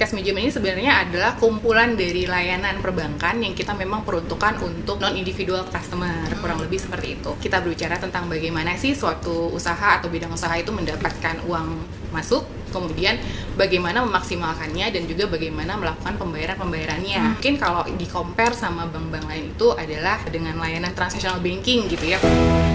Cash Management ini sebenarnya adalah kumpulan dari layanan perbankan yang kita memang peruntukkan untuk non-individual customer, kurang lebih seperti itu. Kita berbicara tentang bagaimana sih suatu usaha atau bidang usaha itu mendapatkan uang masuk, kemudian bagaimana memaksimalkannya dan juga bagaimana melakukan pembayarannya. Mungkin kalau di-compare sama bank-bank lain itu adalah dengan layanan transactional banking gitu ya.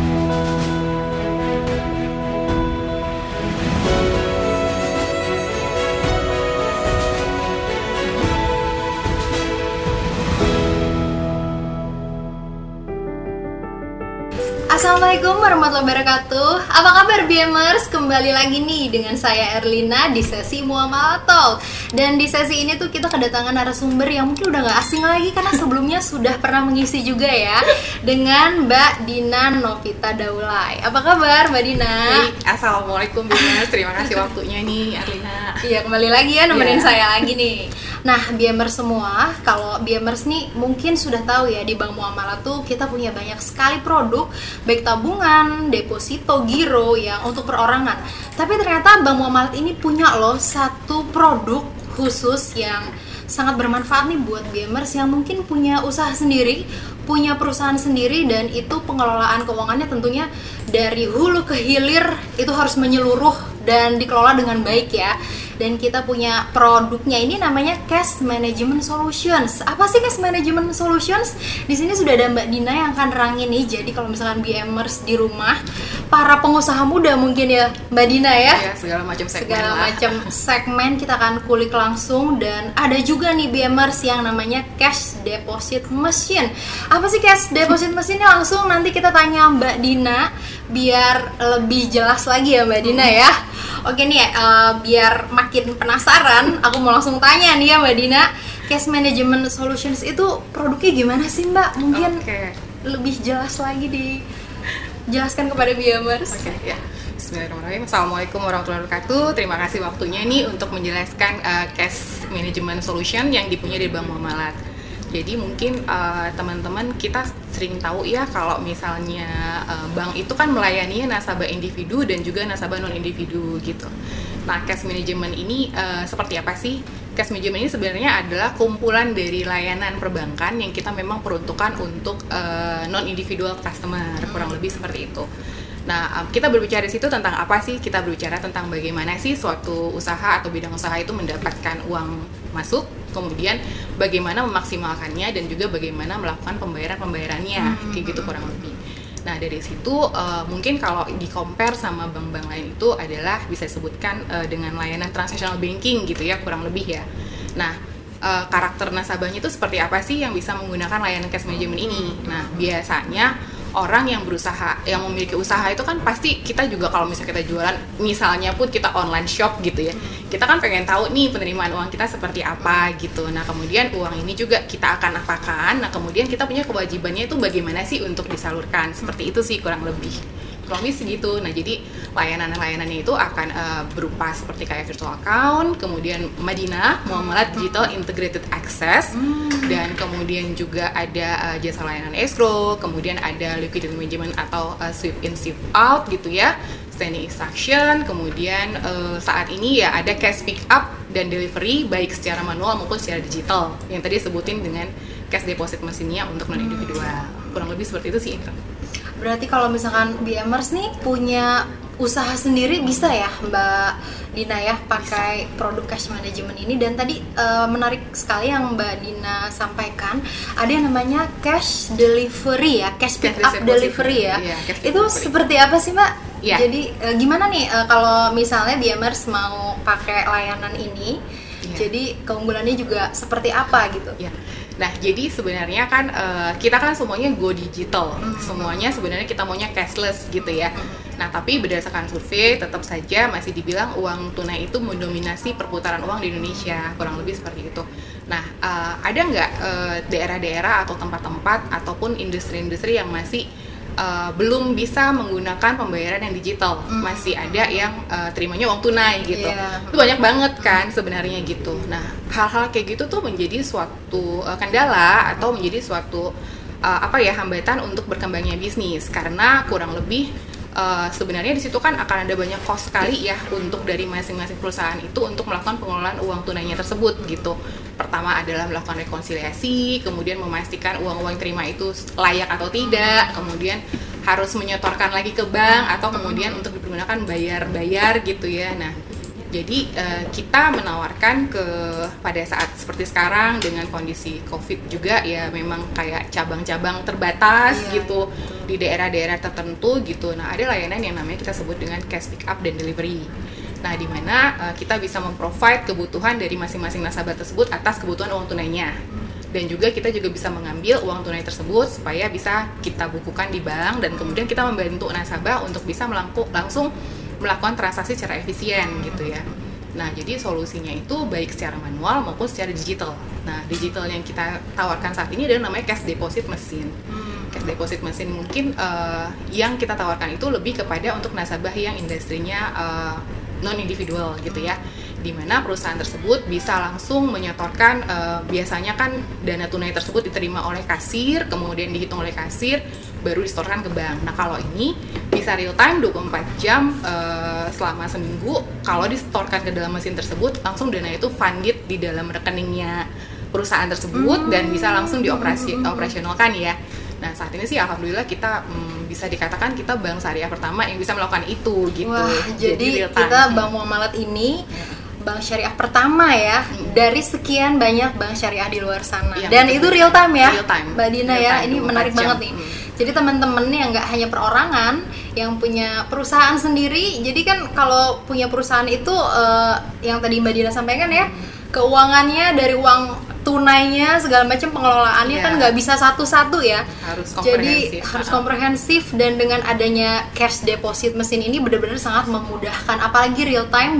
Assalamualaikum warahmatullahi wabarakatuh. Apa kabar BMers? Kembali lagi nih dengan saya Erlina di sesi Muamalah Talk. Dan di sesi ini tuh kita kedatangan narasumber yang mungkin udah gak asing lagi karena sebelumnya sudah pernah mengisi juga ya, dengan Mbak Dina Novita Daulay. Apa kabar Mbak Dina? Baik, Assalamualaikum BMers, terima kasih waktunya nih Erlina. Iya, kembali lagi ya nemenin saya lagi nih. Nah, BMers semua, kalau BMers nih mungkin sudah tahu ya, di Bank Muamalah tuh kita punya banyak sekali produk, baik tabungan, deposito, giro yang untuk perorangan. Tapi ternyata Bank Muamalah ini punya loh satu produk khusus yang sangat bermanfaat nih buat BMers yang mungkin punya usaha sendiri, punya perusahaan sendiri, dan itu pengelolaan keuangannya tentunya dari hulu ke hilir itu harus menyeluruh dan dikelola dengan baik ya. Dan kita punya produknya ini namanya Cash Management Solutions. Apa sih Cash Management Solutions? Di sini sudah ada Mbak Dina yang akan nerangin nih. Jadi kalau misalkan BMers di rumah, para pengusaha muda mungkin ya Mbak Dina ya. Ya, segala macam segmen. Segala macam segmen kita akan kulik langsung. Dan ada juga nih BMers yang namanya Cash Deposit Machine. Apa sih Cash Deposit Machine? Ini langsung nanti kita tanya Mbak Dina biar lebih jelas lagi ya Mbak Dina ya. Oke nih, biar makin penasaran, aku mau langsung tanya nih ya Mbak Dina, Cash Management Solutions itu produknya gimana sih Mbak? Mungkin lebih jelas lagi dijelaskan kepada BMers. Oke, ya. Bismillahirrahmanirrahim. Assalamualaikum warahmatullahi wabarakatuh. Terima kasih waktunya nih untuk menjelaskan Cash Management Solution yang dipunya di Bank Muamalah. Jadi mungkin teman-teman kita sering tahu ya kalau misalnya bank itu kan melayani nasabah individu dan juga nasabah non-individu gitu. Nah, cash management ini seperti apa sih? Cash management ini sebenarnya adalah kumpulan dari layanan perbankan yang kita memang peruntukkan untuk non-individual customer, kurang lebih seperti itu. Nah, kita berbicara di situ tentang apa sih? Kita berbicara tentang bagaimana sih suatu usaha atau bidang usaha itu mendapatkan uang masuk, kemudian bagaimana memaksimalkannya dan juga bagaimana melakukan pembayarannya, kayak gitu kurang lebih. Nah, dari situ mungkin kalau di-compare sama bank-bank lain itu adalah bisa disebutkan dengan layanan transactional banking gitu ya, kurang lebih ya. Nah, karakter nasabahnya itu seperti apa sih yang bisa menggunakan layanan cash management ini? Nah, biasanya orang yang berusaha, yang memiliki usaha itu kan pasti kita juga kalau misalnya kita jualan, misalnya pun kita online shop gitu ya, kita kan pengen tahu nih penerimaan uang kita seperti apa gitu. Nah, kemudian uang ini juga kita akan apakan, nah kemudian kita punya kewajibannya itu bagaimana sih untuk disalurkan, seperti itu sih kurang lebih segitu. Nah, jadi layanan-layanannya itu akan berupa seperti kayak virtual account, kemudian Madinah, Muamalah Digital Integrated Access, dan kemudian juga ada jasa layanan escrow, kemudian ada liquidity management atau sweep in sweep out gitu ya, standing instruction, kemudian saat ini ya ada cash pick up dan delivery baik secara manual maupun secara digital yang tadi sebutin dengan cash deposit mesinnya untuk non individual. Kurang lebih seperti itu sih. Berarti kalau misalkan BMers nih punya usaha sendiri bisa ya Mbak Dina ya pakai produk cash management ini. Dan tadi menarik sekali yang Mbak Dina sampaikan, ada yang namanya cash delivery ya, cash pick up delivery ya. Itu delivery. Seperti apa sih Mbak? Ya. Jadi gimana nih kalau misalnya BMers mau pakai layanan ini? Jadi keunggulannya juga seperti apa gitu? Ya. Nah, jadi sebenarnya kan kita kan semuanya go digital, semuanya sebenarnya kita maunya cashless gitu ya. Nah, tapi berdasarkan survei tetap saja masih dibilang uang tunai itu mendominasi perputaran uang di Indonesia, kurang lebih seperti itu. Nah, ada nggak daerah-daerah atau tempat-tempat ataupun industri-industri yang masih belum bisa menggunakan pembayaran yang digital, masih ada yang terimanya uang tunai gitu. Itu banyak banget kan sebenarnya gitu. Nah, hal-hal kayak gitu tuh menjadi suatu kendala atau menjadi suatu hambatan untuk berkembangnya bisnis, karena kurang lebih 70% sebenarnya di situ kan akan ada banyak cost sekali ya untuk dari masing-masing perusahaan itu untuk melakukan pengelolaan uang tunainya tersebut gitu. Pertama adalah melakukan rekonsiliasi, kemudian memastikan uang-uang terima itu layak atau tidak, kemudian harus menyetorkan lagi ke bank atau kemudian untuk digunakan bayar gitu ya. Nah, jadi kita menawarkan pada saat seperti sekarang dengan kondisi COVID juga ya memang kayak cabang-cabang terbatas gitu di daerah-daerah tertentu gitu. Nah, ada layanan yang namanya kita sebut dengan cash pick up dan delivery. Nah, di mana kita bisa memprovide kebutuhan dari masing-masing nasabah tersebut atas kebutuhan uang tunainya. Dan juga kita juga bisa mengambil uang tunai tersebut supaya bisa kita bukukan di bank dan kemudian kita membantu nasabah untuk bisa langsung melakukan transaksi secara efisien gitu ya. Nah, jadi solusinya itu baik secara manual maupun secara digital. Nah, digital yang kita tawarkan saat ini adalah namanya cash deposit machine. Cash deposit machine mungkin yang kita tawarkan itu lebih kepada untuk nasabah yang industrinya non individual gitu ya, di mana perusahaan tersebut bisa langsung menyetorkan biasanya kan dana tunai tersebut diterima oleh kasir, kemudian dihitung oleh kasir, baru disetorkan ke bank. Nah, kalau ini bisa real time 24 jam selama seminggu. Kalau disetorkan ke dalam mesin tersebut, langsung dana itu funded di dalam rekeningnya perusahaan tersebut dan bisa langsung operasionalkan ya. Nah, saat ini sih alhamdulillah kita bisa dikatakan kita bank syariah pertama yang bisa melakukan itu gitu. Wah, jadi kita Bank Muamalat ini bank syariah pertama ya dari sekian banyak bank syariah di luar sana. Ya, dan itu real time ya, real time. Mbak Dina ya, ini menarik banget nih. Jadi teman-teman yang nggak hanya perorangan, yang punya perusahaan sendiri. Jadi kan kalau punya perusahaan itu yang tadi Mbak Dina sampaikan ya, keuangannya dari uang tunainya segala macam pengelolaannya kan nggak bisa satu-satu ya. Harus komprehensif. Jadi harus komprehensif dan dengan adanya cash deposit mesin ini benar-benar sangat memudahkan, apalagi real time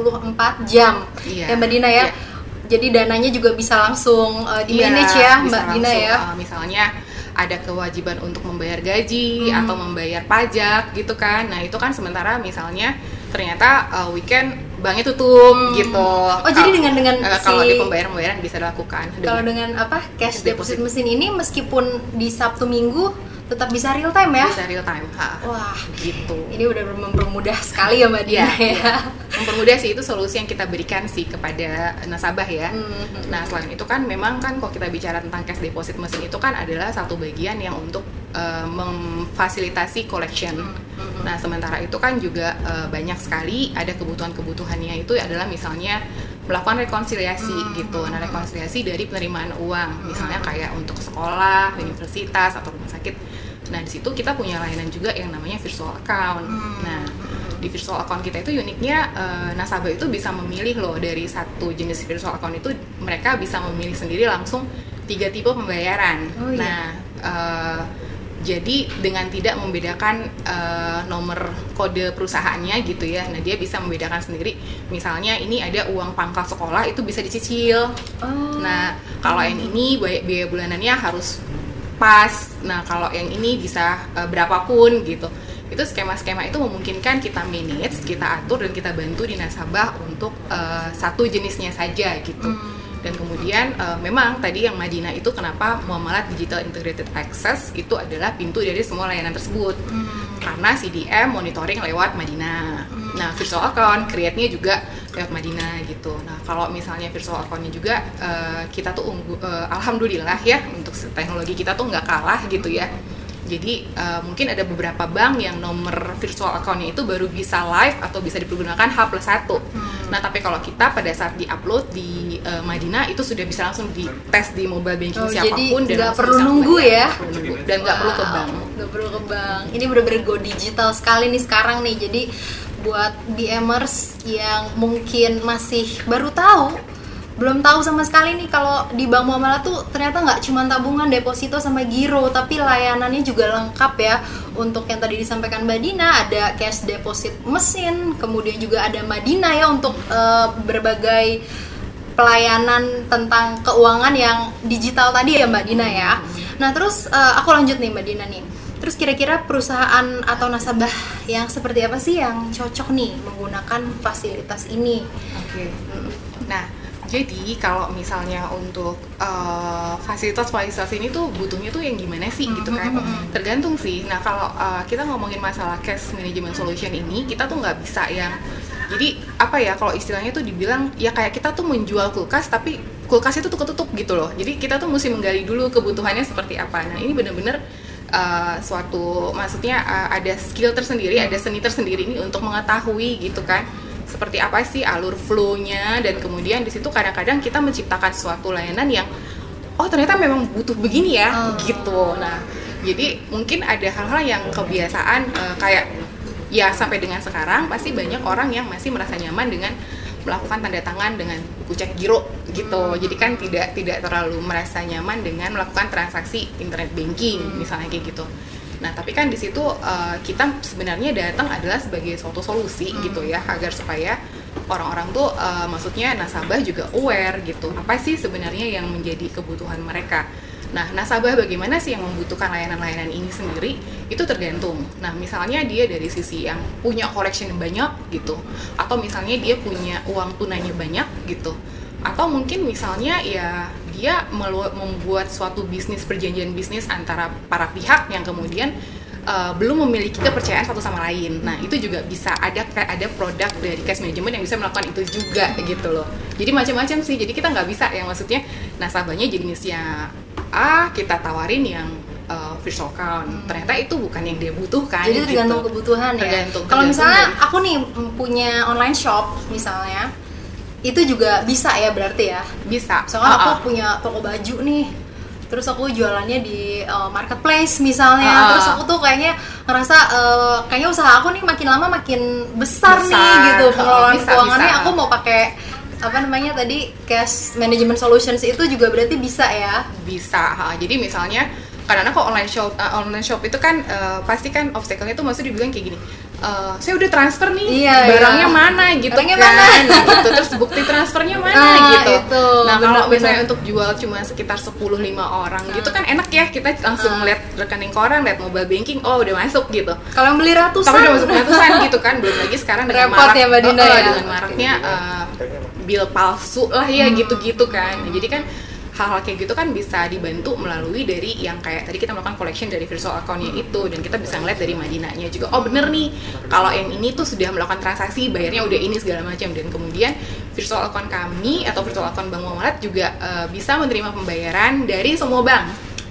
24 jam. Ya Mbak Dina ya. Jadi dananya juga bisa langsung di manage ya Mbak Dina ya. Misalnya ada kewajiban untuk membayar gaji atau membayar pajak gitu kan. Nah, itu kan sementara misalnya ternyata weekend banknya tutup gitu. Oh, jadi dengan kalau di pembayaran bisa dilakukan. Kalau dengan cash deposit mesin ini meskipun di Sabtu Minggu tetap bisa real time ya? Bisa real time. Wah, gitu. Ini udah mempermudah sekali ya Mbak Dina ya. Mempermudah sih, itu solusi yang kita berikan sih kepada nasabah ya. Nah, selain itu kan memang kan kalau kita bicara tentang cash deposit mesin itu kan adalah satu bagian yang untuk memfasilitasi collection. Nah, sementara itu kan juga banyak sekali ada kebutuhannya itu adalah misalnya melakukan rekonsiliasi gitu. Nah, rekonsiliasi dari penerimaan uang, misalnya kayak untuk sekolah, universitas atau rumah sakit. Nah, di situ kita punya layanan juga yang namanya virtual account. Nah, di virtual account kita itu uniknya nasabah itu bisa memilih loh dari satu jenis virtual account itu mereka bisa memilih sendiri langsung 3 tipe pembayaran. Nah, jadi dengan tidak membedakan nomor kode perusahaannya gitu ya, nah dia bisa membedakan sendiri. Misalnya ini ada uang pangkal sekolah itu bisa dicicil. Nah, kalau yang ini biaya bulanannya harus pas. Nah, kalau yang ini bisa berapapun gitu. Itu skema-skema itu memungkinkan kita manage, kita atur dan kita bantu di nasabah untuk satu jenisnya saja gitu. Dan kemudian memang tadi yang Madinah itu kenapa Muamalat Digital Integrated Access itu adalah pintu dari semua layanan tersebut. Karena CDM monitoring lewat Madinah. Nah, virtual account create-nya juga lewat Madinah gitu. Nah, kalau misalnya virtual account-nya juga kita tuh alhamdulillah ya untuk teknologi kita tuh nggak kalah gitu ya. Jadi mungkin ada beberapa bank yang nomor virtual account-nya itu baru bisa live atau bisa dipergunakan H+1. Nah, tapi kalau kita pada saat di-upload di Madinah itu sudah bisa langsung dites di mobile banking siapapun. Jadi nggak perlu nunggu ya? Dan nggak perlu ke bank. Nggak perlu ke bank. Ini bener-bener go digital sekali nih sekarang nih. Jadi buat BMers yang mungkin masih baru tahu, belum tahu sama sekali nih kalau di Bank Muamalat tuh ternyata nggak cuma tabungan, deposito sama giro, tapi layanannya juga lengkap ya. Untuk yang tadi disampaikan Mbak Dina ada cash deposit mesin, kemudian juga ada Madinah ya untuk berbagai pelayanan tentang keuangan yang digital tadi ya Mbak Dina ya. Nah, terus aku lanjut nih Mbak Dina nih. Terus kira-kira perusahaan atau nasabah yang seperti apa sih yang cocok nih menggunakan fasilitas ini? Oke. Nah, Jadi kalau misalnya untuk fasilitas ini tuh butuhnya tuh yang gimana sih gitu kan? Tergantung sih. Nah kalau kita ngomongin masalah cash management solution ini, kita tuh nggak bisa yang jadi apa ya, kalau istilahnya tuh dibilang ya kayak kita tuh menjual kulkas tapi kulkas itu tuh ketutup gitu loh. Jadi kita tuh mesti menggali dulu kebutuhannya seperti apa. Nah ini benar-benar suatu maksudnya ada skill tersendiri, ada seni tersendiri ini untuk mengetahui gitu kan seperti apa sih alur flow-nya, dan kemudian di situ kadang-kadang kita menciptakan suatu layanan yang oh ternyata memang butuh begini ya gitu. Nah jadi mungkin ada hal-hal yang kebiasaan kayak ya sampai dengan sekarang pasti banyak orang yang masih merasa nyaman dengan melakukan tanda tangan dengan buku cek giro gitu. Jadi kan tidak terlalu merasa nyaman dengan melakukan transaksi internet banking misalnya kayak gitu. Nah, tapi kan di situ kita sebenarnya datang adalah sebagai suatu solusi gitu ya, agar supaya orang-orang tuh maksudnya nasabah juga aware gitu. Apa sih sebenarnya yang menjadi kebutuhan mereka? Nah, nasabah bagaimana sih yang membutuhkan layanan-layanan ini sendiri? Itu tergantung. Nah, misalnya dia dari sisi yang punya collection yang banyak gitu, atau misalnya dia punya uang tunainya banyak gitu, atau mungkin misalnya ya dia membuat suatu bisnis, perjanjian bisnis antara para pihak yang kemudian belum memiliki kepercayaan satu sama lain. Nah itu juga bisa ada produk dari cash management yang bisa melakukan itu juga gitu loh. Jadi macam-macam sih. Jadi kita nggak bisa yang maksudnya nasabahnya jenisnya A kita tawarin yang virtual account. Ternyata itu bukan yang dia butuhkan. Jadi tergantung gitu. Kebutuhan ya. Tergantung Kalau misalnya dari, aku nih punya online shop misalnya, itu juga bisa ya berarti ya? Bisa. Soalnya aku punya toko baju nih, terus aku jualannya di marketplace misalnya, terus aku tuh kayaknya ngerasa kayaknya usaha aku nih makin lama makin besar nih gitu, pengelolaan keuangannya aku mau pakai apa namanya tadi cash management solutions itu juga berarti bisa ya? Bisa. Jadi misalnya karena kok online shop itu kan pasti kan obstacle-nya tuh maksudnya dibilang kayak gini, saya udah transfer nih, barangnya mana gitu barangnya kan, mana? gitu. Terus bukti transfernya mana gitu. Itu, nah kalau misalnya untuk jual cuma sekitar 10-5 orang gitu kan enak ya, kita langsung ngeliat rekening koran, lihat mobile banking, oh udah masuk gitu. Kalau yang beli ratusan, tapi udah masuk ratusan gitu kan, belum lagi sekarang dengan repot ya Mbak Dinda ya? Dengan maraknya bill palsu lah ya gitu-gitu kan. Jadi kan hal-hal kayak gitu kan bisa dibantu melalui dari yang kayak tadi kita melakukan collection dari virtual account-nya itu, dan kita bisa ngeliat dari Madinanya juga, oh bener nih kalau yang ini tuh sudah melakukan transaksi, bayarnya udah ini segala macam, dan kemudian virtual account kami atau virtual account Bank Muamalat juga bisa menerima pembayaran dari semua bank.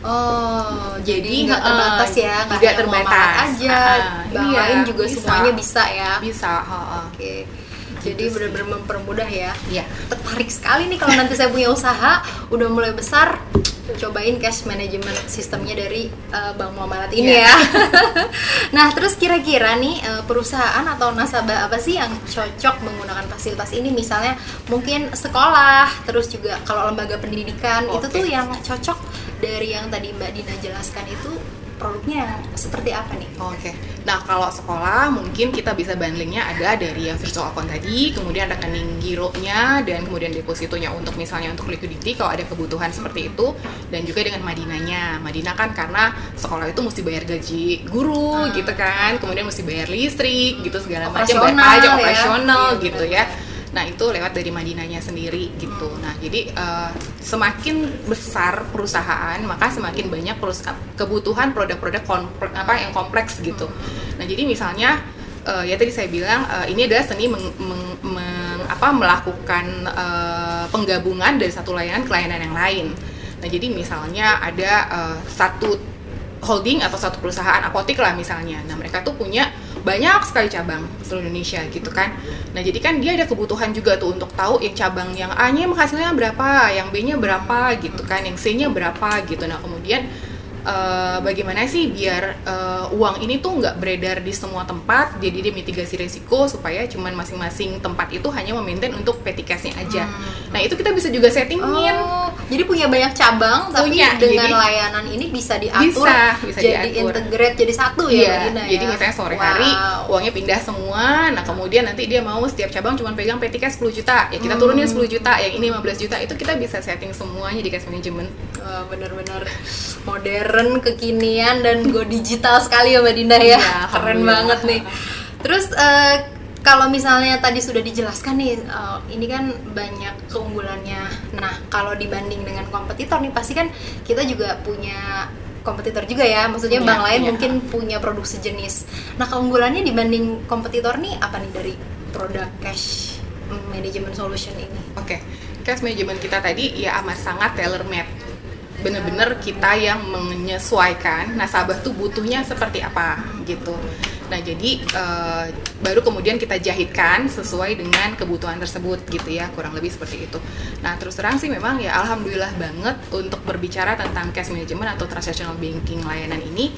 Oh, jadi nggak terbatas ya, nggak terbatas aja, bank lain juga bisa. Semuanya bisa ya? Bisa. Oke. Jadi benar-benar mempermudah ya. Iya. Tertarik sekali nih kalau nanti saya punya usaha udah mulai besar, cobain cash management sistemnya dari Bank Muamalat ini ya. Nah, terus kira-kira nih perusahaan atau nasabah apa sih yang cocok menggunakan fasilitas ini? Misalnya mungkin sekolah, terus juga kalau lembaga pendidikan itu tuh yang cocok dari yang tadi Mbak Dina jelaskan itu produknya seperti apa nih? Oke. Nah, kalau sekolah mungkin kita bisa bundlingnya ada dari yang virtual account tadi, kemudian rekening gironya, dan kemudian depositonya untuk misalnya untuk liquidity kalau ada kebutuhan seperti itu, dan juga dengan Madinanya. Madinah kan karena sekolah itu mesti bayar gaji guru gitu kan, kemudian mesti bayar listrik gitu segala macam, bayar pajak operasional gitu ya. Nah itu lewat dari Madinanya sendiri gitu. Nah jadi semakin besar perusahaan maka semakin banyak kebutuhan produk-produk yang kompleks gitu. Nah jadi misalnya ya tadi saya bilang ini adalah seni melakukan penggabungan dari satu layanan ke layanan yang lain. Nah jadi misalnya ada satu holding atau satu perusahaan apotek lah misalnya. Nah mereka tuh punya banyak sekali cabang seluruh Indonesia gitu kan. Nah jadi kan dia ada kebutuhan juga tuh untuk tahu yang cabang yang A-nya hasilnya berapa, yang B-nya berapa gitu kan, yang C-nya berapa gitu. Nah kemudian bagaimana sih biar uang ini tuh nggak beredar di semua tempat, jadi dia mitigasi resiko supaya cuman masing-masing tempat itu hanya memaintain untuk petty cash-nya aja. Nah itu kita bisa juga settingin. Jadi punya banyak cabang tapi dengan layanan ini bisa diatur, bisa jadi integrate jadi satu ya. Jadi misalnya sore hari uangnya pindah semua, nah kemudian nanti dia mau setiap cabang cuma pegang petty cash 10 juta, ya kita turunin 10 juta, yang ini 15 juta, itu kita bisa setting semuanya di cash management. Bener-bener modern, kekinian, dan go digital sekali ya Mbak Dinda ya. Keren banget nih. Terus kalau misalnya tadi sudah dijelaskan nih, ini kan banyak keunggulannya. Nah, kalau dibanding dengan kompetitor nih, pasti kan kita juga punya kompetitor juga ya. Maksudnya bank lain mungkin punya produk sejenis. Nah, keunggulannya dibanding kompetitor nih apa nih dari produk cash management solution ini? Oke, cash management kita tadi ya amat sangat tailor made. Bener-bener kita yang menyesuaikan nasabah tuh butuhnya seperti apa gitu. Nah, jadi baru kemudian kita jahitkan sesuai dengan kebutuhan tersebut gitu ya, kurang lebih seperti itu. Nah, terus terang sih memang ya alhamdulillah banget untuk berbicara tentang cash management atau transactional banking layanan ini.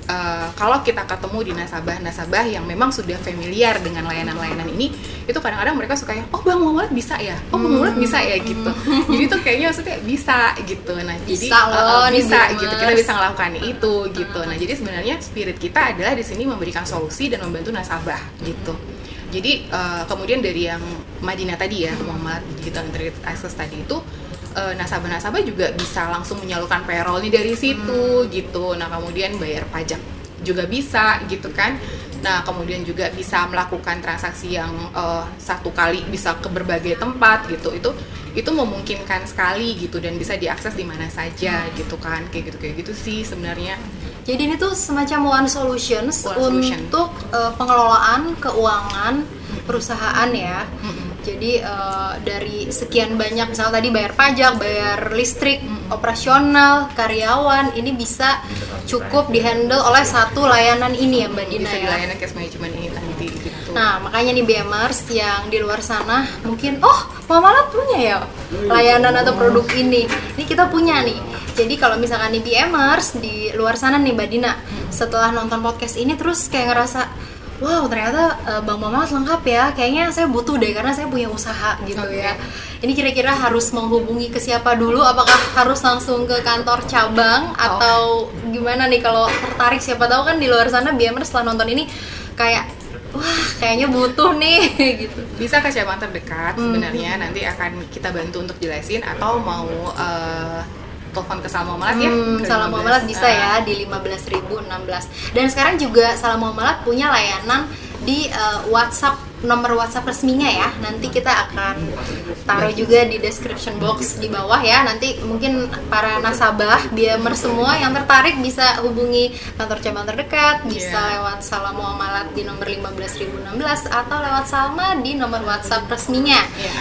Kalau kita ketemu di nasabah-nasabah yang memang sudah familiar dengan layanan-layanan ini, itu kadang-kadang mereka suka yang, oh Bang Muhammad bisa ya, oh Bang Muhammad bisa ya gitu. Jadi tuh kayaknya maksudnya bisa gitu. Nah, bisa jadi bisa gitu, kita bisa melakukan itu gitu. Nah, jadi sebenarnya spirit kita adalah di sini memberikan solusi dan membantu nasabah gitu. Jadi kemudian dari yang Madinah tadi ya, Muhammad Digital Integrated Access tadi itu, nasabah-nasabah juga bisa langsung menyalurkan payroll nih dari situ gitu. Nah, kemudian bayar pajak juga bisa gitu kan. Nah, kemudian juga bisa melakukan transaksi yang satu kali bisa ke berbagai tempat gitu. Itu memungkinkan sekali gitu dan bisa diakses di mana saja gitu kan. Kayak gitu sih sebenarnya. Jadi ini tuh semacam one solution untuk pengelolaan keuangan perusahaan ya. Jadi dari sekian banyak, misalnya tadi bayar pajak, bayar listrik, operasional, karyawan, ini bisa cukup dihandle oleh satu layanan ini ya Mbak Dina bisa ya. Bisa layanan cash management ini nanti gitu. Nah, makanya nih BMers yang di luar sana mungkin, oh Muhammad punya ya layanan atau produk ini. Ini kita punya nih. Jadi kalau misalkan nih BMers di luar sana nih Mbak Dina, setelah nonton podcast ini terus kayak ngerasa, wow ternyata Bang Muhammad lengkap ya, kayaknya saya butuh deh karena saya punya usaha gitu ya. Ini kira-kira harus menghubungi ke siapa dulu? Apakah harus langsung ke kantor cabang atau gimana nih kalau tertarik? Siapa tahu kan di luar sana BMers setelah nonton ini kayak, wah kayaknya butuh nih gitu. Bisa ke cabang terdekat sebenarnya, nanti akan kita bantu untuk jelasin, atau mau telepon ke Salam Muamalat ya. Salam Muamalat bisa ya di 15.016. Dan sekarang juga Salam Muamalat punya layanan di WhatsApp, nomor WhatsApp resminya ya. Nanti kita akan taruh juga di description box di bawah ya. Nanti mungkin para nasabah BMers semua yang tertarik bisa hubungi kantor cabang terdekat, bisa lewat Salam Muamalat di nomor 15.016 atau lewat Salma di nomor WhatsApp resminya.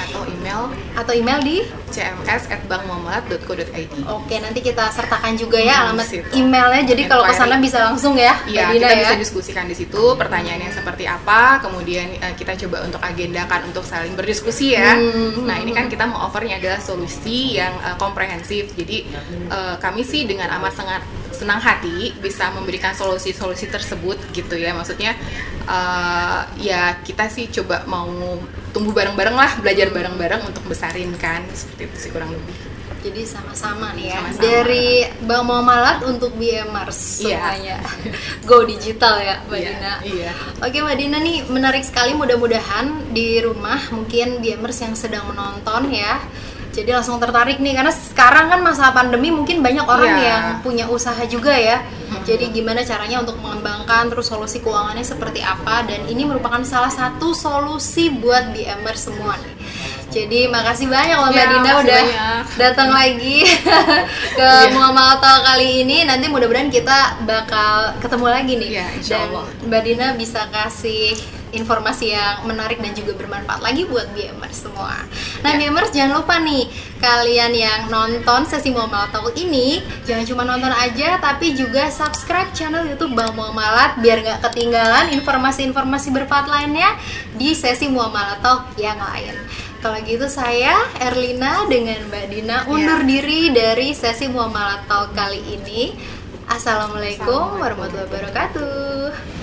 Atau email di cms@bankmuamalat.co.id. Oke, nanti kita sertakan juga ya alamat emailnya. Jadi kalau ke sana bisa langsung ya. Iya, kita bisa diskusikan di situ pertanyaannya seperti apa, kemudian kita coba untuk agendakan untuk saling berdiskusi ya. Nah, ini kan kita mau offernya adalah solusi yang komprehensif. Jadi kami sih dengan amat sangat senang hati bisa memberikan solusi-solusi tersebut gitu ya. Maksudnya ya kita sih coba mau tumbuh bareng-bareng lah, belajar bareng-bareng untuk besarin kan, seperti itu sih kurang lebih. Jadi sama-sama nih ya. Sama-sama. Dari Bang Muhammad untuk BMers semuanya. Go digital ya Mbak Dina. Iya. Oke Mbak Dina nih, menarik sekali, mudah-mudahan di rumah mungkin BMers yang sedang menonton ya, jadi langsung tertarik nih, karena sekarang kan masa pandemi mungkin banyak orang yang punya usaha juga ya. Jadi gimana caranya untuk mengembangkan, terus solusi keuangannya seperti apa, dan ini merupakan salah satu solusi buat BMers semua nih. Jadi makasih banyak Mbak Dina udah datang lagi ke Muamalat Talk kali ini. Nanti mudah-mudahan kita bakal ketemu lagi nih. Dan Mbak Dina bisa kasih informasi yang menarik dan juga bermanfaat lagi buat BMers semua. Nah BMers jangan lupa nih, kalian yang nonton sesi Muamalat Talk ini jangan cuma nonton aja, tapi juga subscribe channel YouTube Bang Muamalat biar nggak ketinggalan informasi-informasi bermanfaat lainnya di sesi Muamalat Talk yang lain. Kalau gitu saya Erlina dengan Mbak Dina undur diri dari sesi Muamalat Talk kali ini. Assalamualaikum warahmatullahi wabarakatuh.